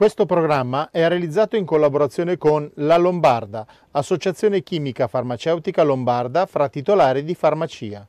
Questo programma è realizzato in collaborazione con La Lombarda, Associazione Chimica Farmaceutica Lombarda fra titolari di farmacia.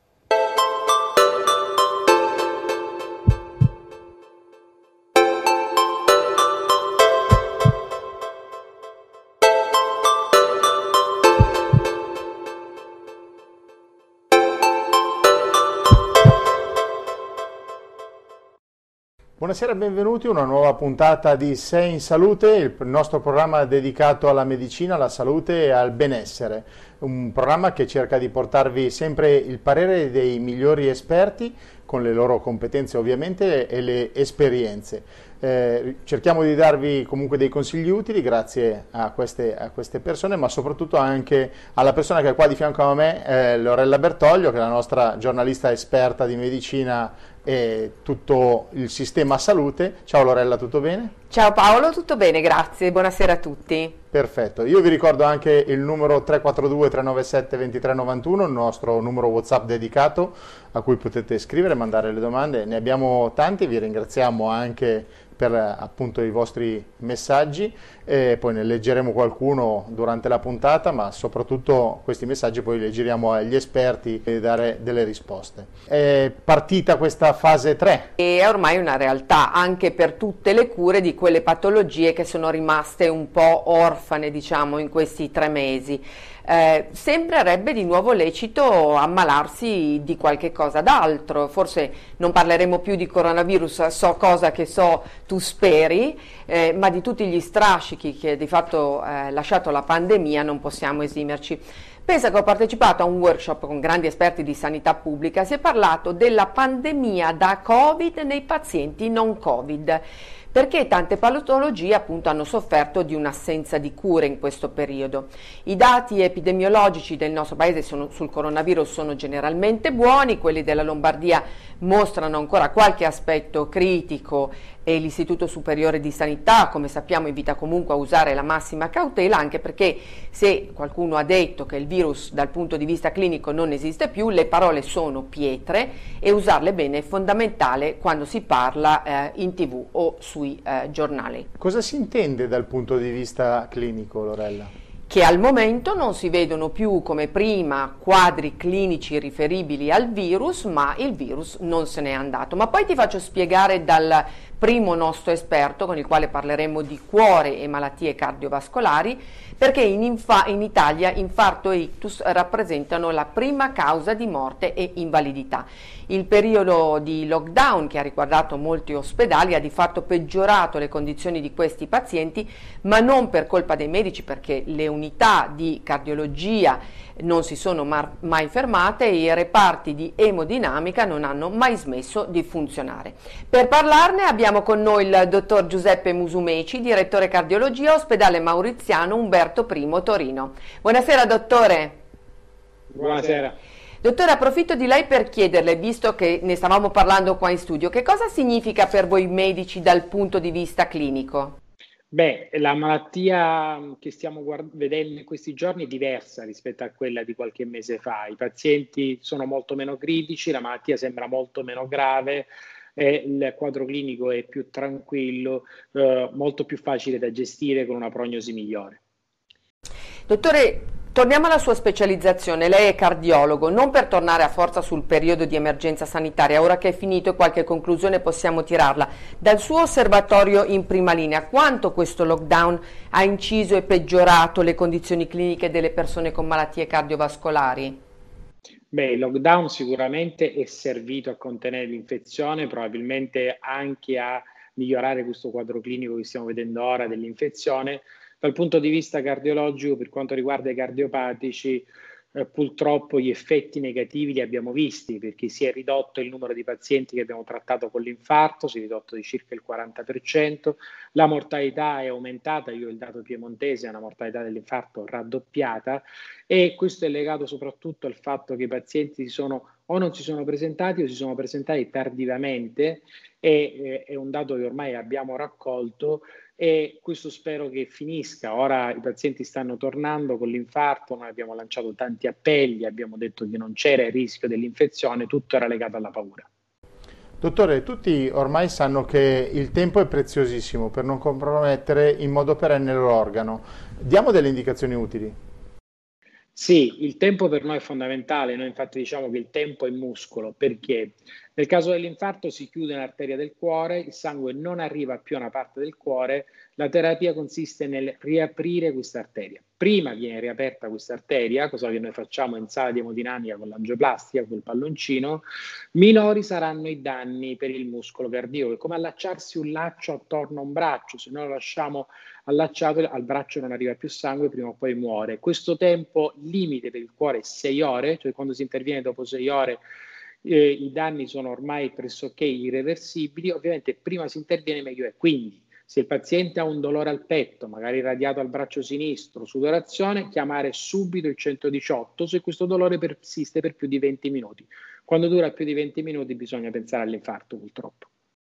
Buonasera e benvenuti a una nuova puntata di Sei in Salute, il nostro programma dedicato alla medicina, alla salute e al benessere. Un programma che cerca di portarvi sempre il parere dei migliori esperti, con le loro competenze ovviamente e le esperienze. Cerchiamo di darvi comunque dei consigli utili grazie a queste persone, ma soprattutto anche alla persona che è qua di fianco a me, Lorella Bertoglio, che è la nostra giornalista esperta di medicina e tutto il sistema salute. Ciao Lorella, tutto bene? Ciao Paolo, tutto bene, grazie, buonasera a tutti. Perfetto, io vi ricordo anche il numero 342 397 2391, il nostro numero WhatsApp dedicato a cui potete scrivere e mandare le domande. Ne abbiamo tanti, vi ringraziamo anche per appunto i vostri messaggi e poi ne leggeremo qualcuno durante la puntata, ma soprattutto questi messaggi poi li leggeremo agli esperti e dare delle risposte. È partita questa fase 3. E è ormai una realtà anche per tutte le cure di quelle patologie che sono rimaste un po' orfane, diciamo, in questi 3 mesi. Sembrerebbe di nuovo lecito ammalarsi di qualche cosa d'altro, forse non parleremo più di coronavirus, so cosa che so, tu speri, ma di tutti gli strascichi che di fatto ha lasciato la pandemia non possiamo esimerci. Pensa che ho partecipato a un workshop con grandi esperti di sanità pubblica, si è parlato della pandemia da Covid nei pazienti non Covid, perché tante patologie appunto hanno sofferto di un'assenza di cure in questo periodo. I dati epidemiologici del nostro paese sul coronavirus sono generalmente buoni, quelli della Lombardia mostrano ancora qualche aspetto critico e l'Istituto Superiore di Sanità, come sappiamo, invita comunque a usare la massima cautela, anche perché se qualcuno ha detto che il virus dal punto di vista clinico non esiste più, le parole sono pietre e usarle bene è fondamentale quando si parla in TV o sui giornali. Cosa si intende dal punto di vista clinico, Lorella? Che al momento non si vedono più come prima quadri clinici riferibili al virus, ma il virus non se n'è andato. Ma poi ti faccio spiegare dal primo nostro esperto, con il quale parleremo di cuore e malattie cardiovascolari, perché in Italia infarto e ictus rappresentano la prima causa di morte e invalidità. Il periodo di lockdown che ha riguardato molti ospedali ha di fatto peggiorato le condizioni di questi pazienti, ma non per colpa dei medici, perché le unità di cardiologia non si sono mai fermate e i reparti di emodinamica non hanno mai smesso di funzionare. Per parlarne abbiamo con noi il dottor Giuseppe Musumeci, direttore cardiologia, ospedale Mauriziano Umberto I Torino. Buonasera dottore. Buonasera. Dottore, approfitto di lei per chiederle, visto che ne stavamo parlando qua in studio, che cosa significa per voi medici dal punto di vista clinico? Beh, la malattia che stiamo vedendo in questi giorni è diversa rispetto a quella di qualche mese fa. I pazienti sono molto meno critici, la malattia sembra molto meno grave, il quadro clinico è più tranquillo, molto più facile da gestire con una prognosi migliore. Dottore, torniamo alla sua specializzazione, lei è cardiologo, non per tornare a forza sul periodo di emergenza sanitaria, ora che è finito e qualche conclusione possiamo tirarla. Dal suo osservatorio in prima linea, quanto questo lockdown ha inciso e peggiorato le condizioni cliniche delle persone con malattie cardiovascolari? Beh, il lockdown sicuramente è servito a contenere l'infezione, probabilmente anche a migliorare questo quadro clinico che stiamo vedendo ora dell'infezione. Dal punto di vista cardiologico, per quanto riguarda i cardiopatici, purtroppo gli effetti negativi li abbiamo visti, perché si è ridotto il numero di pazienti che abbiamo trattato con l'infarto, si è ridotto di circa il 40%, la mortalità è aumentata, io ho il dato piemontese, una mortalità dell'infarto raddoppiata, e questo è legato soprattutto al fatto che i pazienti o non si sono presentati o si sono presentati tardivamente, e è un dato che ormai abbiamo raccolto, e questo spero che finisca. Ora i pazienti stanno tornando con l'infarto, noi abbiamo lanciato tanti appelli, abbiamo detto che non c'era il rischio dell'infezione, tutto era legato alla paura. Dottore, tutti ormai sanno che il tempo è preziosissimo per non compromettere in modo perenne l'organo. Diamo delle indicazioni utili. Sì, il tempo per noi è fondamentale, noi infatti diciamo che il tempo è muscolo, perché nel caso dell'infarto si chiude un'arteria del cuore, il sangue non arriva più a una parte del cuore, la terapia consiste nel riaprire questa arteria. Prima viene riaperta questa arteria, cosa che noi facciamo in sala di emodinamica con l'angioplastica, col palloncino, minori saranno i danni per il muscolo cardiaco, è come allacciarsi un laccio attorno a un braccio, se noi lo lasciamo allacciato al braccio non arriva più sangue, prima o poi muore. Questo tempo limite per il cuore è 6 ore, cioè quando si interviene dopo 6 ore i danni sono ormai pressoché irreversibili, ovviamente prima si interviene meglio è. Quindi se il paziente ha un dolore al petto, magari radiato al braccio sinistro, sudorazione, chiamare subito il 118 se questo dolore persiste per più di 20 minuti. Quando dura più di 20 minuti bisogna pensare all'infarto purtroppo.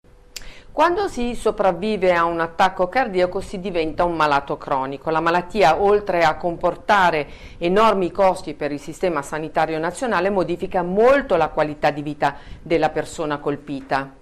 Quando si sopravvive a un attacco cardiaco si diventa un malato cronico. La malattia, oltre a comportare enormi costi per il sistema sanitario nazionale, modifica molto la qualità di vita della persona colpita.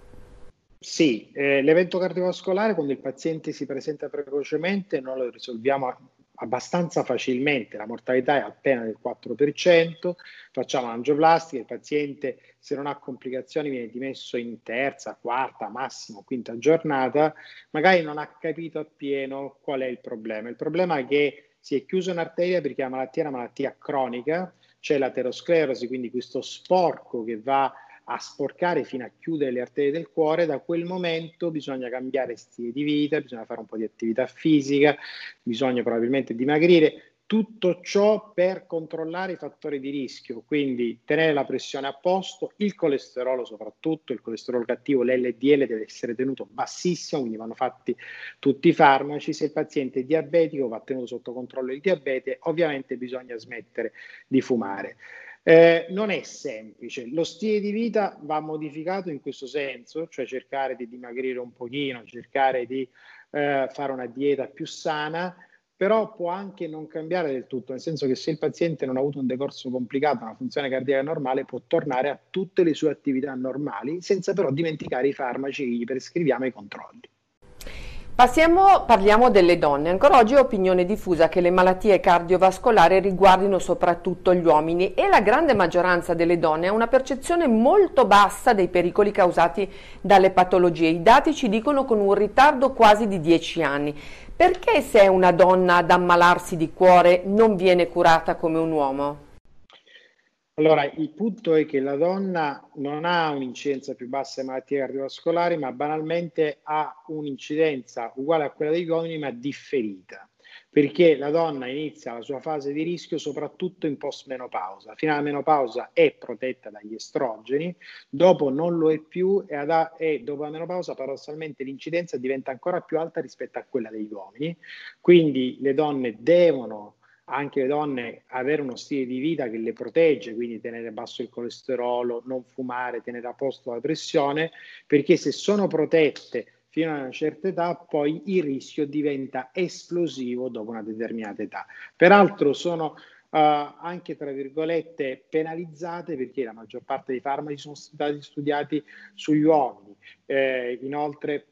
Sì, l'evento cardiovascolare quando il paziente si presenta precocemente noi lo risolviamo abbastanza facilmente, la mortalità è appena del 4%, facciamo l'angioplastica, il paziente se non ha complicazioni viene dimesso in terza, quarta, massimo quinta giornata, magari non ha capito appieno qual è il problema. Il problema è che si è chiusa un'arteria perché la malattia è una malattia cronica, c'è l'aterosclerosi, quindi questo sporco che va a sporcare fino a chiudere le arterie del cuore. Da quel momento bisogna cambiare stile di vita, bisogna fare un po' di attività fisica, bisogna probabilmente dimagrire, tutto ciò per controllare i fattori di rischio, quindi tenere la pressione a posto, il colesterolo soprattutto, il colesterolo cattivo, l'LDL deve essere tenuto bassissimo, quindi vanno fatti tutti i farmaci. Se il paziente è diabetico va tenuto sotto controllo il diabete, ovviamente bisogna smettere di fumare. Non è semplice, lo stile di vita va modificato in questo senso, cioè cercare di dimagrire un pochino, cercare di fare una dieta più sana, però può anche non cambiare del tutto, nel senso che se il paziente non ha avuto un decorso complicato, una funzione cardiaca normale, può tornare a tutte le sue attività normali, senza però dimenticare i farmaci che gli prescriviamo e i controlli. Parliamo delle donne. Ancora oggi è opinione diffusa che le malattie cardiovascolari riguardino soprattutto gli uomini e la grande maggioranza delle donne ha una percezione molto bassa dei pericoli causati dalle patologie. I dati ci dicono con un ritardo quasi di 10 anni. Perché se è una donna ad ammalarsi di cuore non viene curata come un uomo? Allora, il punto è che la donna non ha un'incidenza più bassa di malattie cardiovascolari, ma banalmente ha un'incidenza uguale a quella degli uomini, ma differita, perché la donna inizia la sua fase di rischio soprattutto in postmenopausa. Fino alla menopausa è protetta dagli estrogeni, dopo non lo è più e dopo la menopausa paradossalmente l'incidenza diventa ancora più alta rispetto a quella degli uomini, quindi le donne devono anche le donne avere uno stile di vita che le protegge, quindi tenere basso il colesterolo, non fumare, tenere a posto la pressione, perché se sono protette fino a una certa età, poi il rischio diventa esplosivo dopo una determinata età. Peraltro sono anche, tra virgolette, penalizzate perché la maggior parte dei farmaci sono stati studiati sugli uomini. Inoltre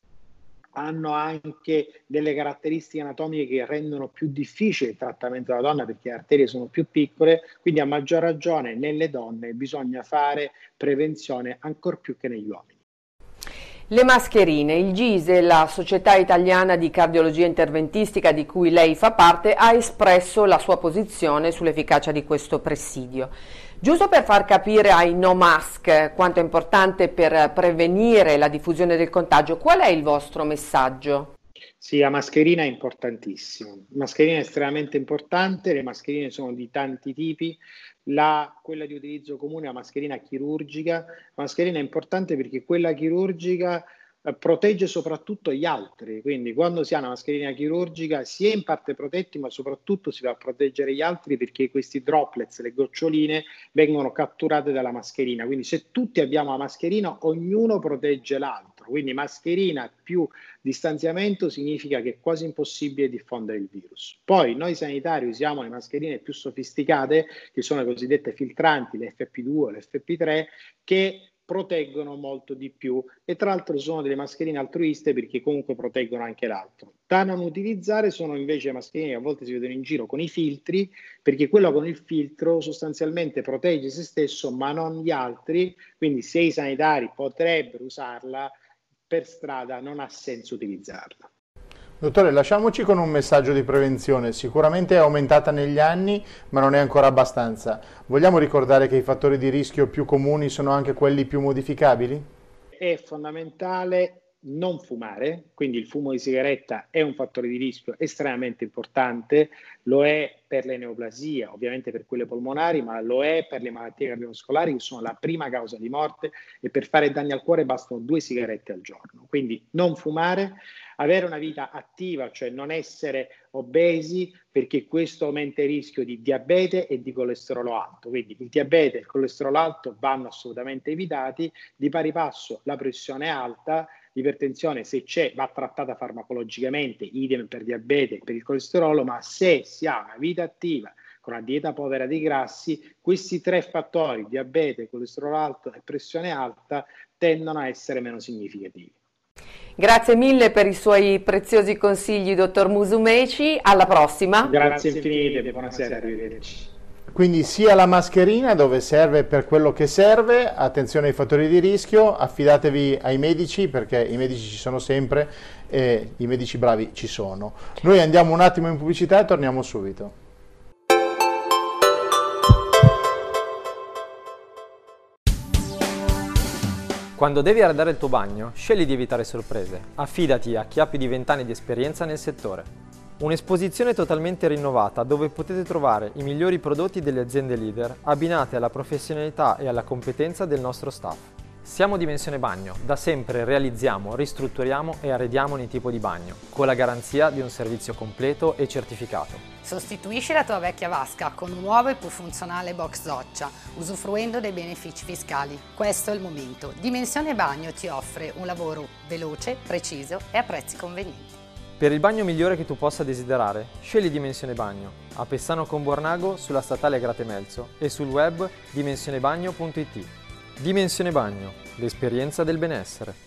hanno anche delle caratteristiche anatomiche che rendono più difficile il trattamento della donna perché le arterie sono più piccole, quindi a maggior ragione nelle donne bisogna fare prevenzione ancor più che negli uomini. Le mascherine, il GISE, la Società Italiana di Cardiologia Interventistica di cui lei fa parte, ha espresso la sua posizione sull'efficacia di questo presidio. Giusto per far capire ai no mask quanto è importante per prevenire la diffusione del contagio, qual è il vostro messaggio? Sì, la mascherina è importantissima, la mascherina è estremamente importante, le mascherine sono di tanti tipi, quella di utilizzo comune è la mascherina chirurgica, la mascherina è importante perché quella chirurgica protegge soprattutto gli altri, quindi quando si ha una mascherina chirurgica si è in parte protetti ma soprattutto si va a proteggere gli altri perché questi droplets, le goccioline, vengono catturate dalla mascherina, quindi se tutti abbiamo la mascherina ognuno protegge l'altro, quindi mascherina più distanziamento significa che è quasi impossibile diffondere il virus. Poi noi sanitari usiamo le mascherine più sofisticate che sono le cosiddette filtranti, le FP2, le FP3, che proteggono molto di più e tra l'altro sono delle mascherine altruiste perché comunque proteggono anche l'altro. Da non utilizzare sono invece mascherine che a volte si vedono in giro con i filtri, perché quello con il filtro sostanzialmente protegge se stesso ma non gli altri, quindi se i sanitari potrebbero usarla per strada non ha senso utilizzarla. Dottore, lasciamoci con un messaggio di prevenzione. Sicuramente è aumentata negli anni, ma non è ancora abbastanza. Vogliamo ricordare che i fattori di rischio più comuni sono anche quelli più modificabili? È fondamentale non fumare, quindi il fumo di sigaretta è un fattore di rischio estremamente importante, lo è per le neoplasie, ovviamente per quelle polmonari, ma lo è per le malattie cardiovascolari che sono la prima causa di morte e per fare danni al cuore bastano 2 sigarette al giorno. Quindi non fumare, avere una vita attiva, cioè non essere obesi, perché questo aumenta il rischio di diabete e di colesterolo alto. Quindi il diabete e il colesterolo alto vanno assolutamente evitati, di pari passo la pressione alta. L'ipertensione, se c'è, va trattata farmacologicamente, idem per diabete e per il colesterolo, ma se si ha una vita attiva con una dieta povera di grassi, questi 3 fattori, diabete, colesterolo alto e pressione alta, tendono a essere meno significativi. Grazie mille per i suoi preziosi consigli, dottor Musumeci. Alla prossima. Grazie infinite, buonasera, arrivederci. Quindi sia la mascherina dove serve per quello che serve, attenzione ai fattori di rischio, affidatevi ai medici perché i medici ci sono sempre e i medici bravi ci sono. Noi andiamo un attimo in pubblicità e torniamo subito. Quando devi arredare il tuo bagno, scegli di evitare sorprese. Affidati a chi ha più di 20 anni di esperienza nel settore. Un'esposizione totalmente rinnovata dove potete trovare i migliori prodotti delle aziende leader abbinate alla professionalità e alla competenza del nostro staff. Siamo Dimensione Bagno, da sempre realizziamo, ristrutturiamo e arrediamo ogni tipo di bagno, con la garanzia di un servizio completo e certificato. Sostituisci la tua vecchia vasca con un nuovo e più funzionale box doccia, usufruendo dei benefici fiscali. Questo è il momento. Dimensione Bagno ti offre un lavoro veloce, preciso e a prezzi convenienti. Per il bagno migliore che tu possa desiderare, scegli Dimensione Bagno, a Pessano con Bornago sulla statale Gratemelzo e sul web dimensionebagno.it. Dimensione Bagno, l'esperienza del benessere.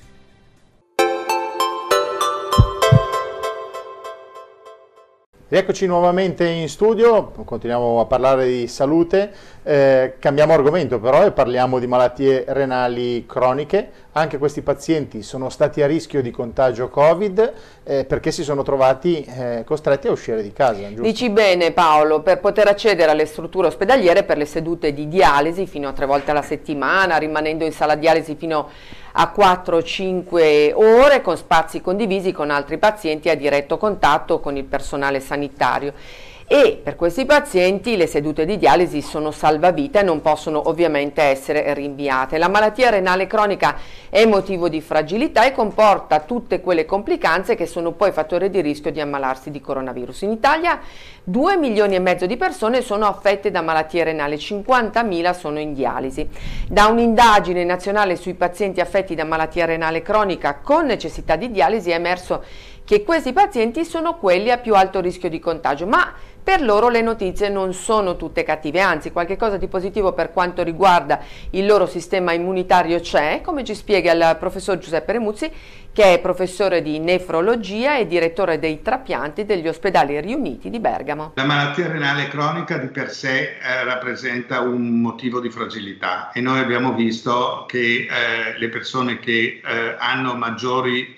Rieccoci nuovamente in studio, continuiamo a parlare di salute, cambiamo argomento però e parliamo di malattie renali croniche. Anche questi pazienti sono stati a rischio di contagio Covid perché si sono trovati costretti a uscire di casa. Giusto? Dici bene Paolo, per poter accedere alle strutture ospedaliere per le sedute di dialisi fino a 3 volte alla settimana, rimanendo in sala dialisi fino a 4-5 ore con spazi condivisi con altri pazienti a diretto contatto con il personale sanitario. E per questi pazienti le sedute di dialisi sono salvavita e non possono ovviamente essere rinviate. La malattia renale cronica è motivo di fragilità e comporta tutte quelle complicanze che sono poi fattori di rischio di ammalarsi di coronavirus. In Italia 2,5 milioni di persone sono affette da malattie renali, 50.000 sono in dialisi. Da un'indagine nazionale sui pazienti affetti da malattia renale cronica con necessità di dialisi è emerso che questi pazienti sono quelli a più alto rischio di contagio, ma per loro le notizie non sono tutte cattive, anzi qualche cosa di positivo per quanto riguarda il loro sistema immunitario c'è, come ci spiega il professor Giuseppe Remuzzi, che è professore di nefrologia e direttore dei trapianti degli ospedali riuniti di Bergamo. La malattia renale cronica di per sé rappresenta un motivo di fragilità e noi abbiamo visto che le persone che hanno maggiori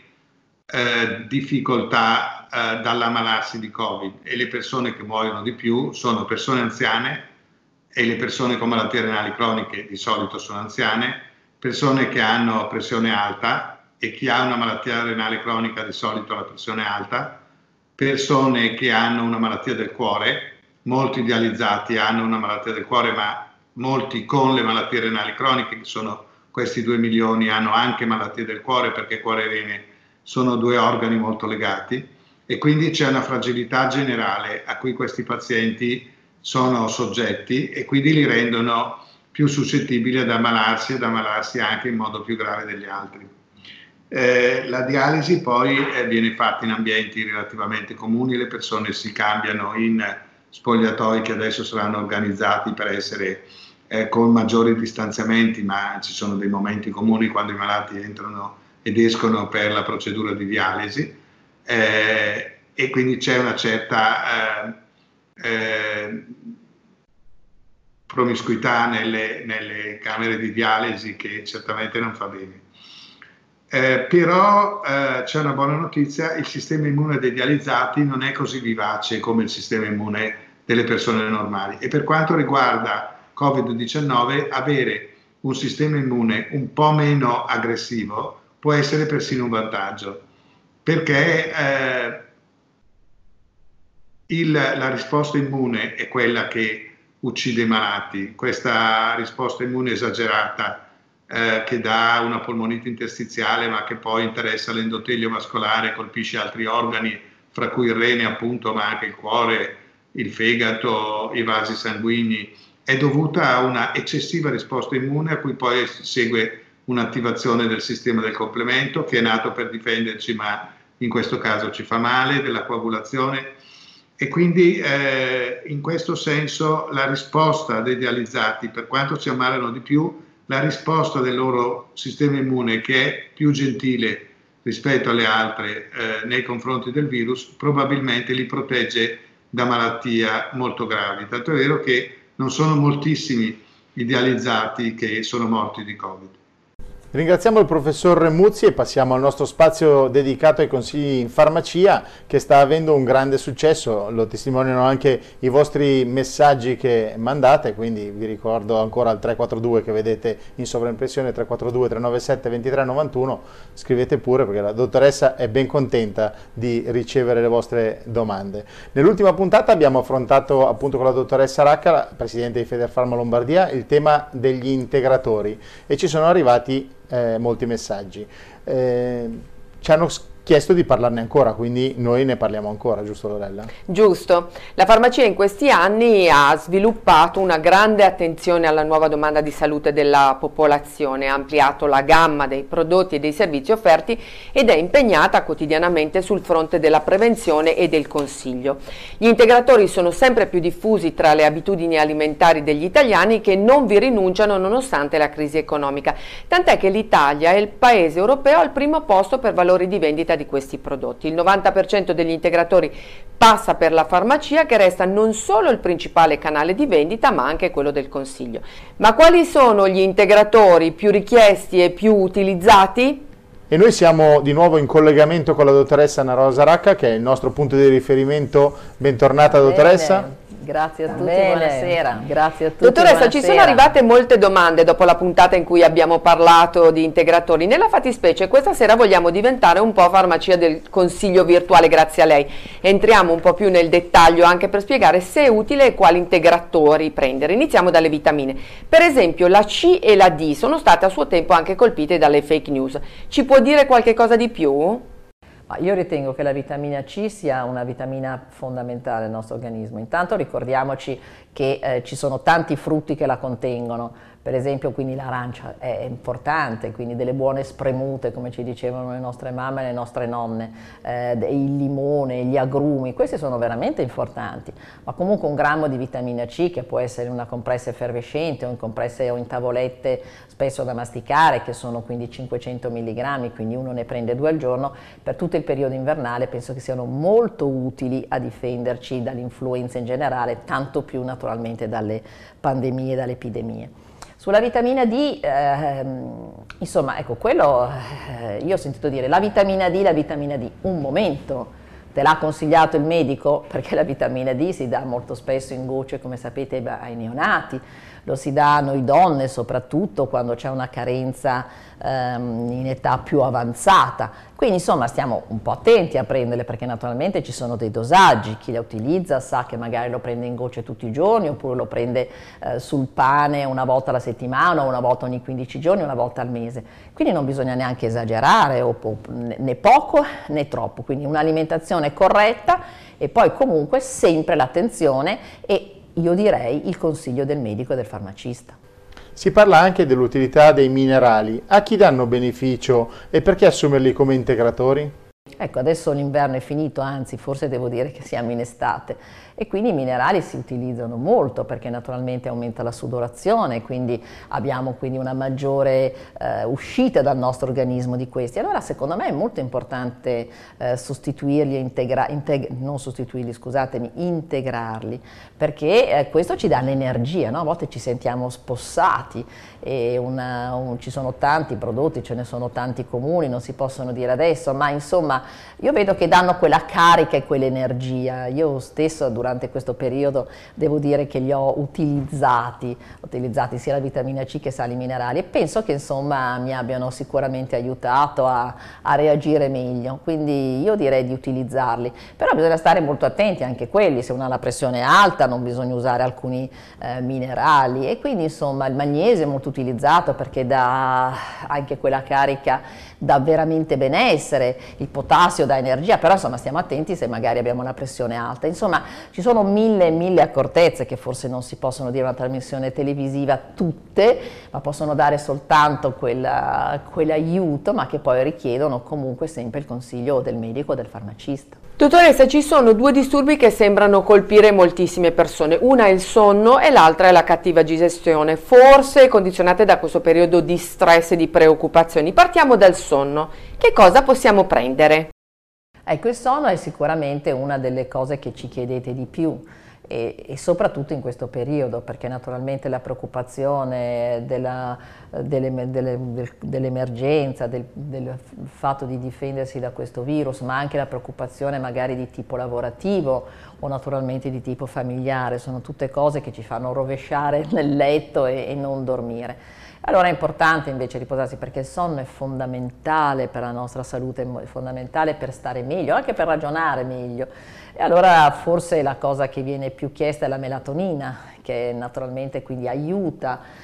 difficoltà dall'ammalarsi di Covid e le persone che muoiono di più sono persone anziane e le persone con malattie renali croniche di solito sono anziane, persone che hanno pressione alta e chi ha una malattia renale cronica di solito ha la pressione alta, persone che hanno una malattia del cuore, molti dializzati hanno una malattia del cuore ma molti con le malattie renali croniche, che sono questi 2 milioni, hanno anche malattie del cuore perché cuore e rene sono 2 organi molto legati e quindi c'è una fragilità generale a cui questi pazienti sono soggetti e quindi li rendono più suscettibili ad ammalarsi anche in modo più grave degli altri. La dialisi poi viene fatta in ambienti relativamente comuni, le persone si cambiano in spogliatoi che adesso saranno organizzati per essere con maggiori distanziamenti, ma ci sono dei momenti comuni quando i malati entrano ed escono per la procedura di dialisi, e quindi c'è una certa promiscuità nelle camere di dialisi che certamente non fa bene. Però c'è una buona notizia: il sistema immune dei dializzati non è così vivace come il sistema immune delle persone normali, e per quanto riguarda Covid-19 avere un sistema immune un po' meno aggressivo può essere persino un vantaggio, perché la risposta immune è quella che uccide i malati. Questa risposta immune esagerata che dà una polmonite interstiziale ma che poi interessa l'endotelio vascolare, colpisce altri organi, fra cui il rene appunto, ma anche il cuore, il fegato, i vasi sanguigni, è dovuta a una eccessiva risposta immune a cui poi segue un'attivazione del sistema del complemento, che è nato per difenderci ma in questo caso ci fa male, della coagulazione, e quindi in questo senso la risposta dei dializzati, per quanto si ammalano di più, la risposta del loro sistema immune, che è più gentile rispetto alle altre nei confronti del virus, probabilmente li protegge da malattie molto gravi. Tanto è vero che non sono moltissimi i dializzati che sono morti di Covid. Ringraziamo il professor Remuzzi e passiamo al nostro spazio dedicato ai consigli in farmacia, che sta avendo un grande successo. Lo testimoniano anche i vostri messaggi che mandate, quindi vi ricordo ancora il 342 che vedete in sovraimpressione, 342 397 2391, scrivete pure perché la dottoressa è ben contenta di ricevere le vostre domande. Nell'ultima puntata abbiamo affrontato appunto con la dottoressa Racca, la presidente di Federfarma Lombardia, il tema degli integratori, e ci sono arrivati molti messaggi. Ci hanno chiesto di parlarne ancora, quindi noi ne parliamo ancora, giusto Lorella? Giusto. La farmacia in questi anni ha sviluppato una grande attenzione alla nuova domanda di salute della popolazione, ha ampliato la gamma dei prodotti e dei servizi offerti ed è impegnata quotidianamente sul fronte della prevenzione e del consiglio. Gli integratori sono sempre più diffusi tra le abitudini alimentari degli italiani, che non vi rinunciano nonostante la crisi economica, tant'è che l'Italia è il paese europeo al primo posto per valori di vendita di questi prodotti. Il 90% degli integratori passa per la farmacia, che resta non solo il principale canale di vendita ma anche quello del consiglio. Ma quali sono gli integratori più richiesti e più utilizzati? E noi siamo di nuovo in collegamento con la dottoressa Anna Rosa Racca, che è il nostro punto di riferimento. Bentornata dottoressa. Grazie a tutti, buonasera. Grazie a tutti, dottoressa, buonasera. ci sono arrivate molte domande dopo la puntata in cui abbiamo parlato di integratori. Nella fattispecie questa sera vogliamo diventare un po' farmacia del consiglio virtuale grazie a lei. Entriamo un po' più nel dettaglio anche per spiegare se è utile e quali integratori prendere. Iniziamo dalle vitamine. Per esempio la C e la D sono state a suo tempo anche colpite dalle fake news. Ci può dire qualche cosa di più? Io ritengo che la vitamina C sia una vitamina fondamentale nel nostro organismo. Intanto ricordiamoci che ci sono tanti frutti che la contengono, per esempio quindi l'arancia è importante, quindi delle buone spremute come ci dicevano le nostre mamme e le nostre nonne, il limone, gli agrumi, questi sono veramente importanti, ma comunque un grammo di vitamina C, che può essere in una compressa effervescente o in compresse o in tavolette spesso da masticare, che sono quindi 500 mg, quindi uno ne prende 2 al giorno, per tutto il periodo invernale penso che siano molto utili a difenderci dall'influenza in generale, tanto più naturalmente dalle pandemie e dalle epidemie. Sulla vitamina D, insomma, ecco, quello io ho sentito dire la vitamina D, un momento, te l'ha consigliato il medico? Perché la vitamina D si dà molto spesso in gocce, come sapete, ai neonati, lo si dà a noi donne, soprattutto quando c'è una carenza in età più avanzata. Quindi insomma stiamo un po' attenti a prenderle, perché naturalmente ci sono dei dosaggi, chi la utilizza sa che magari lo prende in gocce tutti i giorni, oppure lo prende sul pane una volta alla settimana, una volta ogni 15 giorni, una volta al mese. Quindi non bisogna neanche esagerare, né poco né troppo, quindi un'alimentazione corretta e poi comunque sempre l'attenzione e io direi il consiglio del medico e del farmacista. Si parla anche dell'utilità dei minerali. A chi danno beneficio e perché assumerli come integratori? Ecco, adesso l'inverno è finito, anzi forse devo dire che siamo in estate e quindi i minerali si utilizzano molto perché naturalmente aumenta la sudorazione, quindi abbiamo quindi una maggiore uscita dal nostro organismo di questi. Allora secondo me è molto importante sostituirli, non sostituirli, scusatemi, integrarli, perché questo ci dà l'energia, no? A volte ci sentiamo spossati e ci sono tanti prodotti, ce ne sono tanti comuni, non si possono dire adesso, ma insomma io vedo che danno quella carica e quell'energia. Io stesso durante questo periodo devo dire che li ho utilizzati sia la vitamina C che sali minerali e penso che insomma mi abbiano sicuramente aiutato a reagire meglio, quindi io direi di utilizzarli, però bisogna stare molto attenti anche quelli, se uno ha la pressione alta non bisogna usare alcuni minerali e quindi insomma il magnesio è molto utilizzato perché dà anche quella carica, dà veramente benessere, il potassio dà energia, però insomma stiamo attenti se magari abbiamo la pressione alta. Insomma ci sono mille accortezze che forse non si possono dire in una trasmissione televisiva tutte, ma possono dare soltanto quell'aiuto, ma che poi richiedono comunque sempre il consiglio del medico o del farmacista. Dottoressa, ci sono due disturbi che sembrano colpire moltissime persone, una è il sonno e l'altra è la cattiva digestione, forse condizionate da questo periodo di stress e di preoccupazioni. Partiamo dal sonno, che cosa possiamo prendere? Ecco, il sonno è sicuramente una delle cose che ci chiedete di più e soprattutto in questo periodo, perché naturalmente la preoccupazione dell'emergenza, del fatto di difendersi da questo virus, ma anche la preoccupazione magari di tipo lavorativo o naturalmente di tipo familiare, sono tutte cose che ci fanno rovesciare nel letto e non dormire. Allora è importante invece riposarsi perché il sonno è fondamentale per la nostra salute, è fondamentale per stare meglio, anche per ragionare meglio. E allora forse la cosa che viene più chiesta è la melatonina, che naturalmente quindi aiuta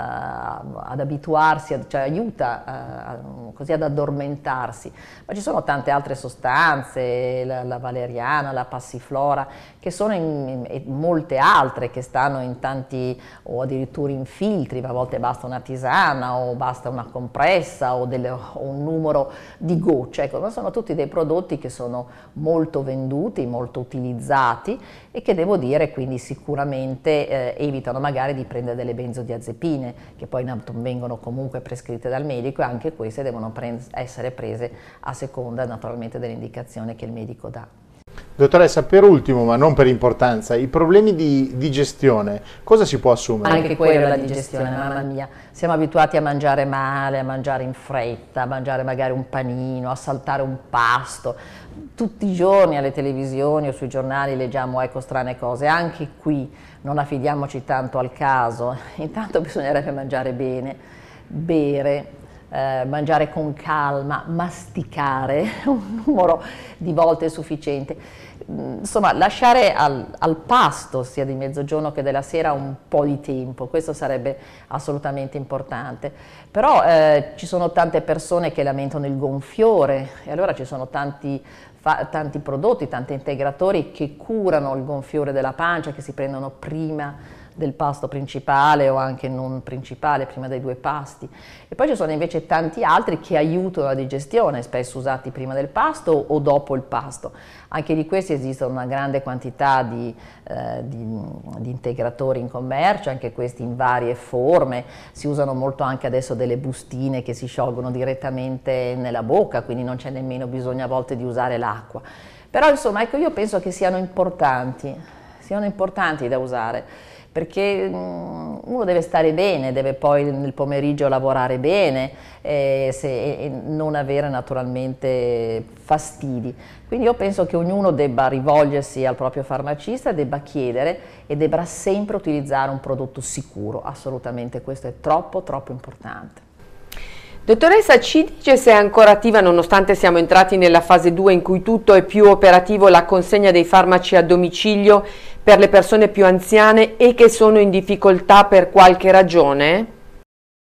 ad abituarsi, cioè aiuta così ad addormentarsi, ma ci sono tante altre sostanze, la valeriana, la passiflora, che sono e molte altre che stanno in tanti o addirittura in filtri, a volte basta una tisana o basta una compressa o un numero di gocce, ecco, ma sono tutti dei prodotti che sono molto venduti, molto utilizzati e che devo dire quindi sicuramente evitano magari di prendere delle benzodiazepine che poi vengono comunque prescritte dal medico e anche queste devono essere prese a seconda naturalmente dell'indicazione che il medico dà. Dottoressa, per ultimo, ma non per importanza, i problemi di digestione, cosa si può assumere? Anche quella è la digestione, mamma mia. Siamo abituati a mangiare male, a mangiare in fretta, a mangiare magari un panino, a saltare un pasto. Tutti i giorni alle televisioni o sui giornali leggiamo ecco strane cose, anche qui non affidiamoci tanto al caso. Intanto bisognerebbe mangiare bene, bere, mangiare con calma, masticare un numero di volte sufficiente. Insomma, lasciare al pasto, sia di mezzogiorno che della sera, un po' di tempo, questo sarebbe assolutamente importante. Però ci sono tante persone che lamentano il gonfiore e allora ci sono tanti prodotti, tanti integratori che curano il gonfiore della pancia, che si prendono prima del pasto principale o anche non principale, prima dei due pasti. E poi ci sono invece tanti altri che aiutano la digestione, spesso usati prima del pasto o dopo il pasto. Anche di questi esistono una grande quantità di integratori in commercio, anche questi in varie forme, si usano molto anche adesso delle bustine che si sciolgono direttamente nella bocca, quindi non c'è nemmeno bisogno a volte di usare l'acqua. Però insomma, ecco, io penso che siano importanti da usare, perché uno deve stare bene, deve poi nel pomeriggio lavorare bene e non avere naturalmente fastidi. Quindi io penso che ognuno debba rivolgersi al proprio farmacista, debba chiedere e debba sempre utilizzare un prodotto sicuro, assolutamente, questo è troppo importante. Dottoressa, ci dice se è ancora attiva, nonostante siamo entrati nella fase 2 in cui tutto è più operativo, la consegna dei farmaci a domicilio per le persone più anziane e che sono in difficoltà per qualche ragione?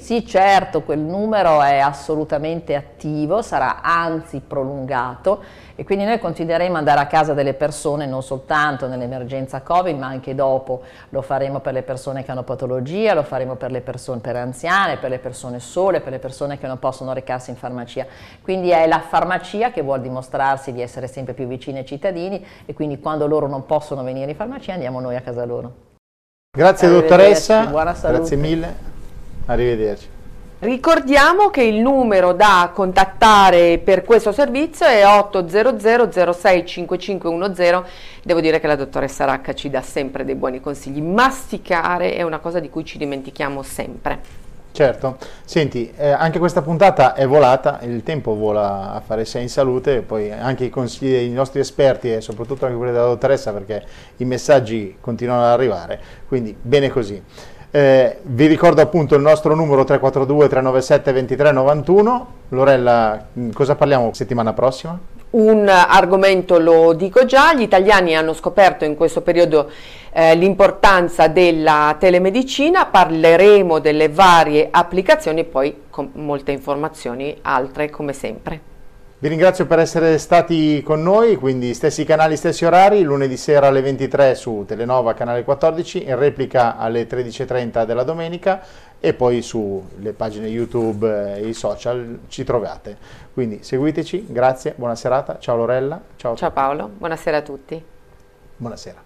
Sì, certo, quel numero è assolutamente attivo, sarà anzi prolungato e quindi noi continueremo ad andare a casa delle persone non soltanto nell'emergenza Covid ma anche dopo. Lo faremo per le persone che hanno patologia, lo faremo per le persone per anziane, per le persone sole, per le persone che non possono recarsi in farmacia. Quindi è la farmacia che vuol dimostrarsi di essere sempre più vicina ai cittadini e quindi quando loro non possono venire in farmacia andiamo noi a casa loro. Grazie dottoressa, buona salute. grazie mille. Arrivederci. Ricordiamo che il numero da contattare per questo servizio è 800 06 5510. Devo dire che la dottoressa Racca ci dà sempre dei buoni consigli. Masticare è una cosa di cui ci dimentichiamo sempre. Certo, senti, anche questa puntata è volata, il tempo vola a fare Sei in Salute, poi anche i consigli dei nostri esperti e soprattutto anche quelli della dottoressa, perché i messaggi continuano ad arrivare, quindi bene così. Vi ricordo appunto il nostro numero 342 397 2391. Lorella, cosa parliamo settimana prossima? Un argomento lo dico già, gli italiani hanno scoperto in questo periodo l'importanza della telemedicina, parleremo delle varie applicazioni e poi con molte informazioni altre come sempre. Vi ringrazio per essere stati con noi, quindi stessi canali, stessi orari, lunedì sera alle 23 su Telenova, canale 14, in replica alle 13:30 della domenica e poi sulle pagine YouTube e i social ci trovate. Quindi seguiteci, grazie, buona serata, ciao Lorella. Ciao Paolo, buonasera a tutti. Buonasera.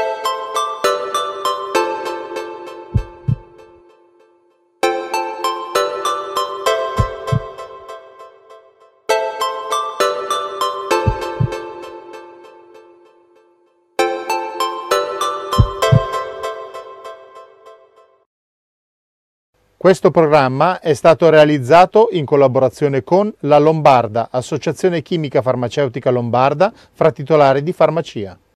Questo programma è stato realizzato in collaborazione con La Lombarda, Associazione Chimica Farmaceutica Lombarda, fra titolari di farmacia.